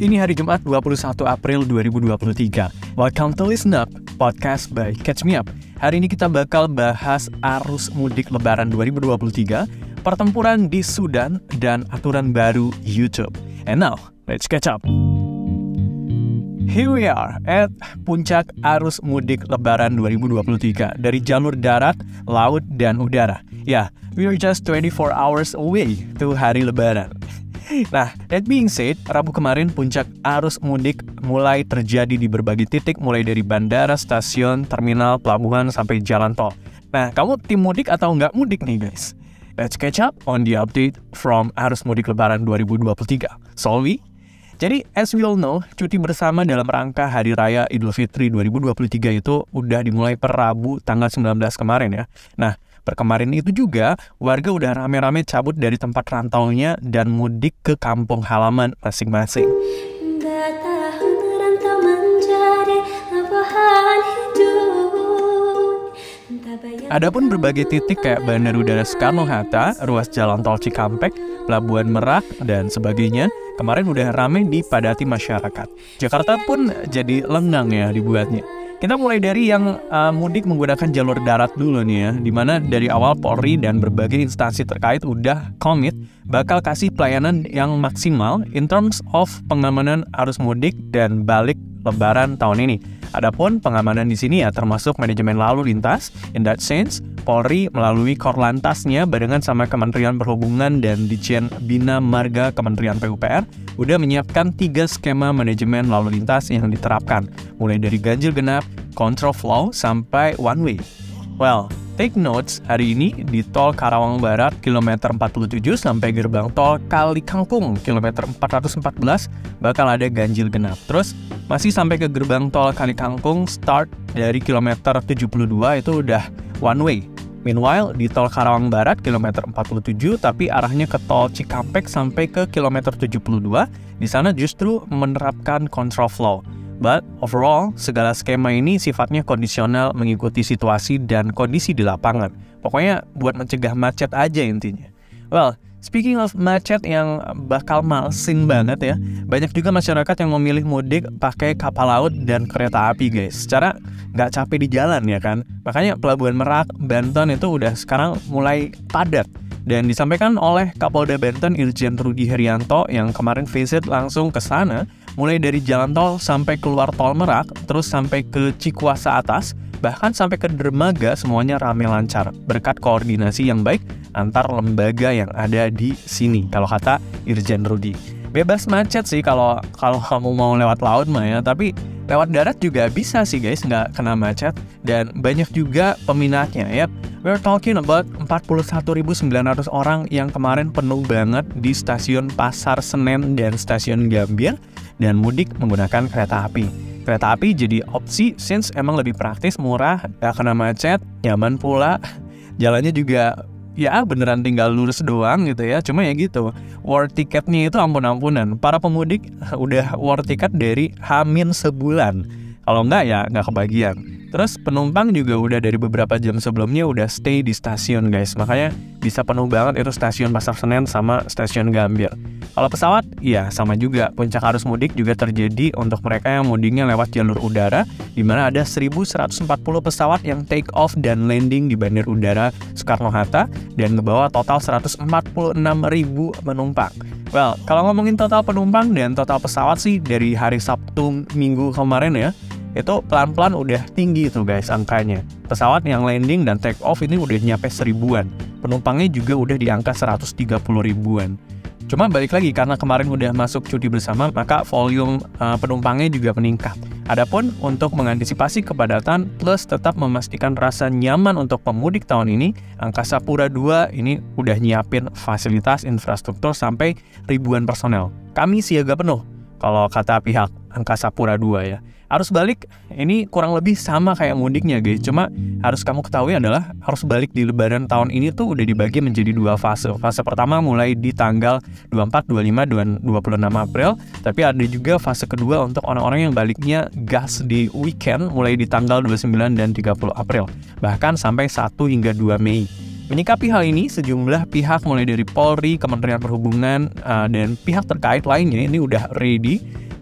Ini hari Jumat 21 April 2023. Welcome to Listen Up, podcast by Catch Me Up. Hari ini kita bakal bahas arus mudik lebaran 2023, pertempuran di Sudan, dan aturan baru YouTube. And now, let's catch up. Here we are at puncak arus mudik lebaran 2023 dari jalur darat, laut, dan udara. Ya, we are just 24 hours away to hari lebaran. Nah, that being said, Rabu kemarin puncak arus mudik mulai terjadi di berbagai titik, mulai dari bandara, stasiun, terminal, pelabuhan, sampai jalan tol. Nah, kamu tim mudik atau nggak mudik nih guys? Let's catch up on the update from arus mudik lebaran 2023. Solvi? Jadi, as we all know, cuti bersama dalam rangka Hari Raya Idul Fitri 2023 itu udah dimulai per Rabu tanggal 19 kemarin ya. Nah, per kemarin itu juga, warga udah rame-rame cabut dari tempat rantaunya dan mudik ke kampung halaman masing-masing. Adapun berbagai titik kayak Bandara Udara Soekarno-Hatta, ruas Jalan Tol Cikampek, Pelabuhan Merak, dan sebagainya, kemarin udah rame dipadati masyarakat. Jakarta pun jadi lengang ya dibuatnya. Kita mulai dari yang mudik menggunakan jalur darat dulu nih ya, dimana dari awal Polri dan berbagai instansi terkait udah komit bakal kasih pelayanan yang maksimal in terms of pengamanan arus mudik dan balik lebaran tahun ini. Adapun pengamanan di sini ya termasuk manajemen lalu lintas. In that sense, Polri melalui Korlantasnya barengan sama Kementerian Perhubungan dan Ditjen Bina Marga Kementerian PUPR udah menyiapkan 3 skema manajemen lalu lintas yang diterapkan, mulai dari ganjil genap, control flow, sampai one way. Well, take notes, hari ini di Tol Karawang Barat kilometer 47 sampai gerbang Tol Kali Kangkung kilometer 414 bakal ada ganjil genap. Terus masih sampai ke gerbang Tol Kali Kangkung start dari kilometer 72 itu udah one way. Meanwhile, di Tol Karawang Barat kilometer 47 tapi arahnya ke Tol Cikampek sampai ke kilometer 72, di sana justru menerapkan control flow. But overall, segala skema ini sifatnya kondisional mengikuti situasi dan kondisi di lapangan. Pokoknya buat mencegah macet aja intinya. Well, speaking of macet yang bakal malesin banget ya, banyak juga masyarakat yang memilih mudik pakai kapal laut dan kereta api guys. Secara nggak capek di jalan ya kan. Makanya Pelabuhan Merak, Banten itu udah sekarang mulai padat. Dan disampaikan oleh Kapolda Banten Irjen Rudi Herianto yang kemarin visit langsung ke sana, mulai dari jalan tol sampai keluar tol Merak, terus sampai ke Cikuasa atas, bahkan sampai ke dermaga semuanya rame lancar berkat koordinasi yang baik antar lembaga yang ada di sini. Kalau kata Irjen Rudi, bebas macet sih kalau kamu mau lewat laut mah ya, tapi lewat darat juga bisa sih guys, nggak kena macet dan banyak juga peminatnya ya. We're talking about 41.900 orang yang kemarin penuh banget di stasiun Pasar Senen dan stasiun Gambir dan mudik menggunakan kereta api. Kereta api jadi opsi since emang lebih praktis, murah, gak kena macet, nyaman pula. Jalannya juga ya beneran tinggal lurus doang gitu ya. Cuma ya gitu, war tiketnya itu ampun-ampunan. Para pemudik udah war tiket dari H- sebulan. Kalau enggak ya enggak kebagian. Terus penumpang juga udah dari beberapa jam sebelumnya udah stay di stasiun guys. Makanya bisa penuh banget itu stasiun Pasar Senen sama stasiun Gambir. Kalau pesawat, ya sama juga. Puncak arus mudik juga terjadi untuk mereka yang mudiknya lewat jalur udara, di mana ada 1.140 pesawat yang take off dan landing di Bandara Udara Soekarno-Hatta dan ngebawa total 146.000 penumpang. Well, kalau ngomongin total penumpang dan total pesawat sih dari hari Sabtu Minggu kemarin ya, itu pelan-pelan udah tinggi tuh guys angkanya. Pesawat yang landing dan take off ini udah nyampe 1.000-an. Penumpangnya juga udah di angka 130 ribuan. Cuma balik lagi karena kemarin udah masuk cuti bersama, maka volume penumpangnya juga meningkat. Adapun untuk mengantisipasi kepadatan plus tetap memastikan rasa nyaman untuk pemudik tahun ini, Angkasa Pura II ini udah nyiapin fasilitas infrastruktur sampai ribuan personel. Kami siaga penuh kalau kata pihak Angkasa Pura II ya. Arus balik ini kurang lebih sama kayak mudiknya guys. Cuma harus kamu ketahui adalah arus balik di lebaran tahun ini tuh udah dibagi menjadi 2 fase. Fase pertama mulai di tanggal 24, 25, dan 26 April. Tapi ada juga fase kedua untuk orang-orang yang baliknya gas di weekend mulai di tanggal 29 dan 30 April. Bahkan sampai 1 hingga 2 Mei. Menyikapi hal ini, sejumlah pihak mulai dari Polri, Kementerian Perhubungan, dan pihak terkait lainnya ini udah ready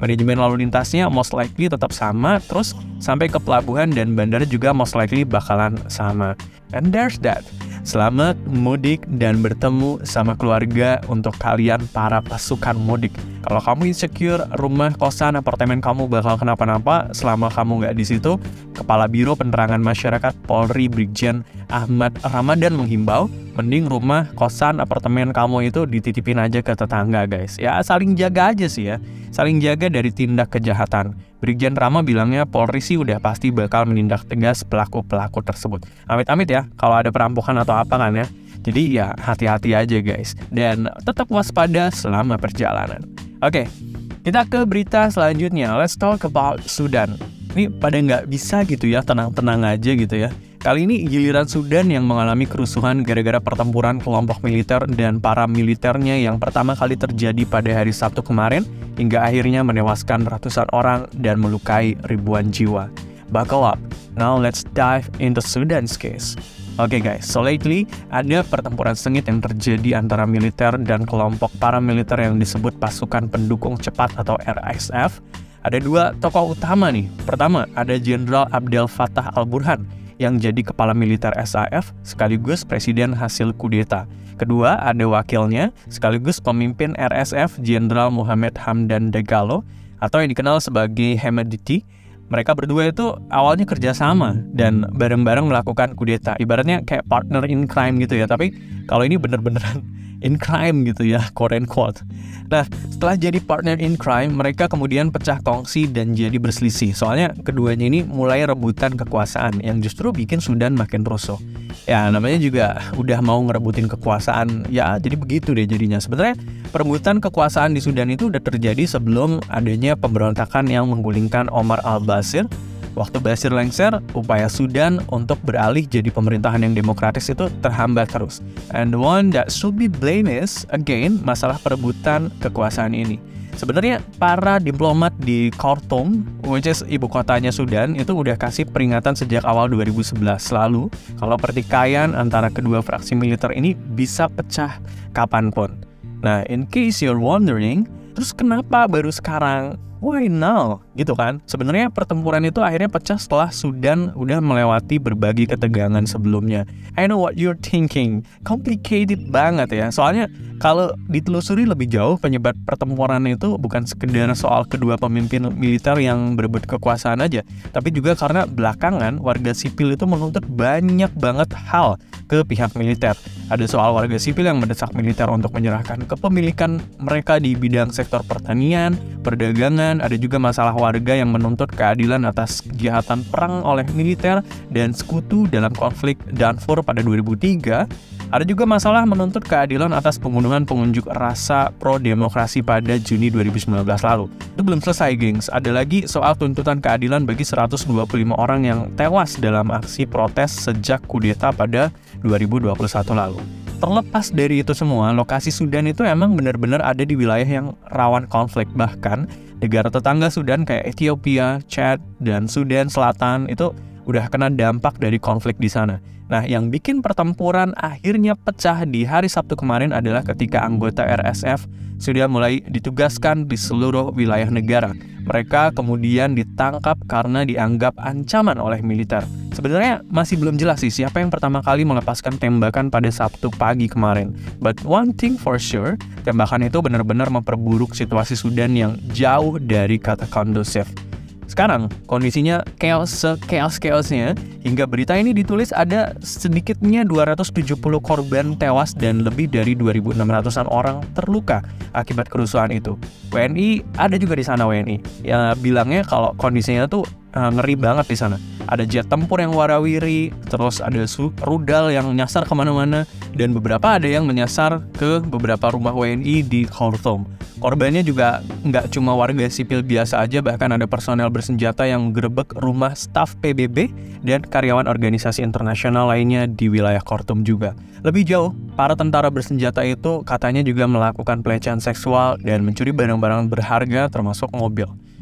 Manajemen lalu lintasnya most likely tetap sama, terus sampai ke pelabuhan dan bandara juga most likely bakalan sama. And there's that. Selamat mudik dan bertemu sama keluarga untuk kalian para pasukan mudik. Kalau kamu insecure, rumah, kosan, apartemen kamu bakal kenapa-napa selama kamu nggak di situ, Kepala Biro Penerangan Masyarakat Polri Brigjen Ahmad Ramadan menghimbau, mending rumah, kosan, apartemen kamu itu dititipin aja ke tetangga, guys. Ya, saling jaga aja sih ya. Saling jaga dari tindak kejahatan. Brigjen Rama bilangnya Polri sih udah pasti bakal menindak tegas pelaku-pelaku tersebut. Amit-amit ya, kalau ada perampokan atau apa kan ya. Jadi ya hati-hati aja guys. Dan tetap waspada selama perjalanan. Oke, kita ke berita selanjutnya. Let's talk about Sudan. Ini pada nggak bisa gitu ya, tenang-tenang aja gitu ya. Kali ini giliran Sudan yang mengalami kerusuhan gara-gara pertempuran kelompok militer dan paramiliternya yang pertama kali terjadi pada hari Sabtu kemarin hingga akhirnya menewaskan ratusan orang dan melukai ribuan jiwa. Buckle up, now let's dive into Sudan's case. Oke guys, so lately ada pertempuran sengit yang terjadi antara militer dan kelompok paramiliter yang disebut pasukan pendukung cepat atau RSF. Ada dua tokoh utama nih. Pertama, ada Jenderal Abdel Fattah al-Burhan yang jadi kepala militer SAF sekaligus presiden hasil kudeta. Kedua, ada wakilnya sekaligus pemimpin RSF Jenderal Mohamed Hamdan Dagalo atau yang dikenal sebagai Hemedti. Mereka berdua itu awalnya kerjasama dan bareng-bareng melakukan kudeta. Ibaratnya kayak partner in crime gitu ya. Tapi kalau ini bener-beneran in crime gitu ya, quote and quote. Nah, setelah jadi partner in crime, mereka kemudian pecah kongsi dan jadi berselisih. Soalnya keduanya ini mulai rebutan kekuasaan yang justru bikin Sudan makin rusuh. Ya, namanya juga udah mau ngerebutin kekuasaan. Ya, jadi begitu deh jadinya. Sebenarnya perebutan kekuasaan di Sudan itu udah terjadi sebelum adanya pemberontakan yang menggulingkan Omar al-Bashir. Waktu Bashir lengser, upaya Sudan untuk beralih jadi pemerintahan yang demokratis itu terhambat terus. And the one that should be blamed is, again, masalah perebutan kekuasaan ini. Sebenarnya para diplomat di Khartoum, which is ibu kotanya Sudan, itu udah kasih peringatan sejak awal 2011 lalu kalau pertikaian antara kedua fraksi militer ini bisa pecah kapanpun. Nah, in case you're wondering, terus kenapa baru sekarang? Why now? Gitu kan? Sebenarnya pertempuran itu akhirnya pecah setelah Sudan udah melewati berbagai ketegangan sebelumnya. I know what you're thinking. Complicated banget ya. Soalnya kalau ditelusuri lebih jauh, penyebab pertempuran itu bukan sekedar soal kedua pemimpin militer yang berebut kekuasaan aja, tapi juga karena belakangan warga sipil itu menuntut banyak banget hal ke pihak militer. Ada soal warga sipil yang mendesak militer untuk menyerahkan kepemilikan mereka di bidang sektor pertanian, perdagangan. Ada juga masalah warga yang menuntut keadilan atas kejahatan perang oleh militer dan sekutu dalam konflik Darfur pada 2003. Ada juga masalah menuntut keadilan atas pembunuhan pengunjuk rasa pro-demokrasi pada Juni 2019 lalu. Itu belum selesai, gengs. Ada lagi soal tuntutan keadilan bagi 125 orang yang tewas dalam aksi protes sejak kudeta pada 2021 lalu. Terlepas dari itu semua, lokasi Sudan itu emang benar-benar ada di wilayah yang rawan konflik. Bahkan negara tetangga Sudan kayak Ethiopia, Chad, dan Sudan Selatan itu udah kena dampak dari konflik di sana. Nah, yang bikin pertempuran akhirnya pecah di hari Sabtu kemarin adalah ketika anggota RSF sudah mulai ditugaskan di seluruh wilayah negara. Mereka kemudian ditangkap karena dianggap ancaman oleh militer. Sebenarnya masih belum jelas sih siapa yang pertama kali melepaskan tembakan pada Sabtu pagi kemarin. But one thing for sure, tembakan itu benar-benar memperburuk situasi Sudan yang jauh dari kata kondusif. Sekarang, kondisinya chaos-chaosnya, hingga berita ini ditulis ada sedikitnya 270 korban tewas dan lebih dari 2.600-an orang terluka akibat kerusuhan itu. WNI, ada juga di sana WNI, yang bilangnya kalau kondisinya tuh ngeri banget di sana. Ada jet tempur yang warawiri, terus ada rudal yang nyasar kemana-mana, dan beberapa ada yang menyasar ke beberapa rumah WNI di Khartoum. Korbannya juga nggak cuma warga sipil biasa aja, bahkan ada personel bersenjata yang gerebek rumah staf PBB dan karyawan organisasi internasional lainnya di wilayah Khartoum juga. Lebih jauh, para tentara bersenjata itu katanya juga melakukan pelecehan seksual dan mencuri barang-barang berharga termasuk mobil.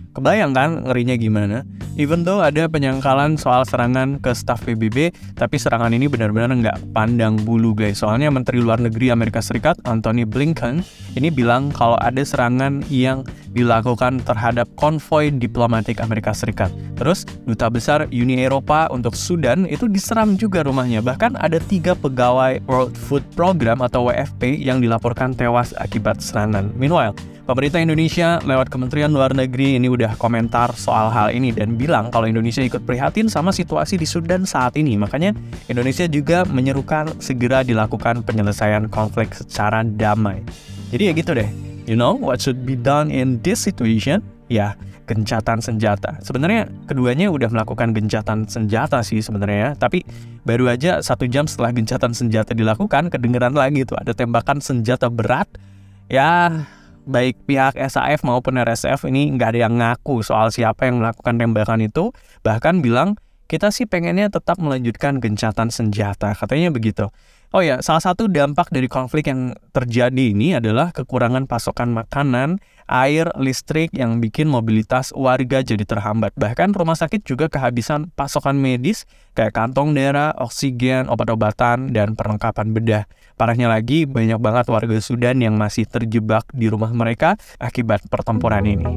Kebayang kan ngerinya gimana? Even though ada penyangkalan soal serangan ke staf PBB, tapi serangan ini benar-benar nggak pandang bulu guys. Soalnya Menteri Luar Negeri Amerika Serikat, Antony Blinken, ini bilang kalau ada serangan yang dilakukan terhadap konvoi diplomatik Amerika Serikat. Terus, Duta Besar Uni Eropa untuk Sudan itu diserang juga rumahnya. Bahkan ada 3 pegawai World Food Program atau WFP yang dilaporkan tewas akibat serangan. Meanwhile, pemerintah Indonesia lewat Kementerian Luar Negeri ini udah komentar soal hal ini dan bilang kalau Indonesia ikut prihatin sama situasi di Sudan saat ini. Makanya Indonesia juga menyerukan segera dilakukan penyelesaian konflik secara damai. Jadi ya gitu deh. You know what should be done in this situation? Ya, gencatan senjata. Sebenarnya keduanya udah melakukan gencatan senjata sih sebenarnya, tapi baru aja 1 jam setelah gencatan senjata dilakukan, kedengeran lagi tuh ada tembakan senjata berat. Ya, baik pihak SAF maupun RSF ini nggak ada yang ngaku soal siapa yang melakukan tembakan itu, bahkan bilang kita sih pengennya tetap melanjutkan gencatan senjata, katanya begitu. Oh ya, salah satu dampak dari konflik yang terjadi ini adalah kekurangan pasokan makanan, air, listrik yang bikin mobilitas warga jadi terhambat. Bahkan rumah sakit juga kehabisan pasokan medis kayak kantong darah, oksigen, obat-obatan, dan perlengkapan bedah. Parahnya lagi, banyak banget warga Sudan yang masih terjebak di rumah mereka akibat pertempuran ini.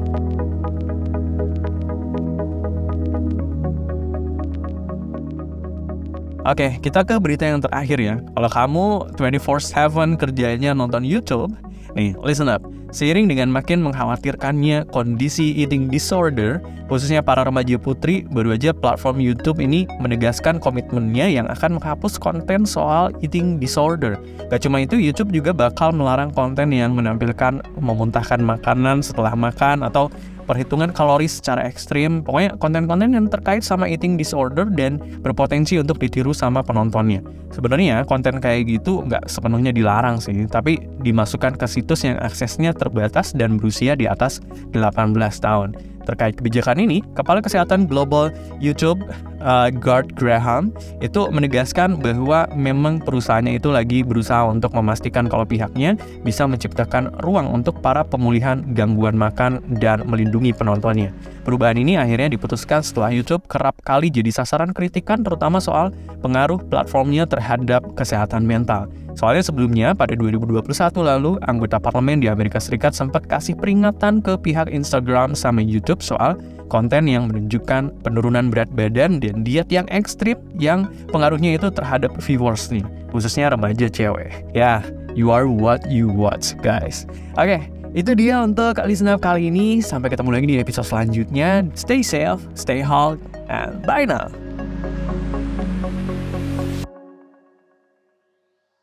Oke, kita ke berita yang terakhir ya. Kalau kamu 24/7 kerjanya nonton YouTube, nih, listen up. Seiring dengan makin mengkhawatirkannya kondisi eating disorder, khususnya para remaja putri, baru aja platform YouTube ini menegaskan komitmennya yang akan menghapus konten soal eating disorder. Gak cuma itu, YouTube juga bakal melarang konten yang menampilkan memuntahkan makanan setelah makan atau perhitungan kalori secara ekstrim. Pokoknya konten-konten yang terkait sama eating disorder dan berpotensi untuk ditiru sama penontonnya. Sebenarnya konten kayak gitu nggak sepenuhnya dilarang sih, tapi dimasukkan ke situs yang aksesnya terbatas dan berusia di atas 18 tahun. Terkait kebijakan ini, Kepala Kesehatan Global YouTube, Gard Graham, itu menegaskan bahwa memang perusahaannya itu lagi berusaha untuk memastikan kalau pihaknya bisa menciptakan ruang untuk para pemulihan gangguan makan dan melindungi penontonnya. Perubahan ini akhirnya diputuskan setelah YouTube kerap kali jadi sasaran kritikan terutama soal pengaruh platformnya terhadap kesehatan mental. Soalnya sebelumnya pada 2021 lalu, anggota parlemen di Amerika Serikat sempat kasih peringatan ke pihak Instagram sama YouTube soal konten yang menunjukkan penurunan berat badan dan diet yang ekstrim yang pengaruhnya itu terhadap viewers nih, khususnya remaja cewek. Ya, you are what you watch, guys. Oke, itu dia untuk Listen Up kali ini. Sampai ketemu lagi di episode selanjutnya. Stay safe, stay healthy, and bye now.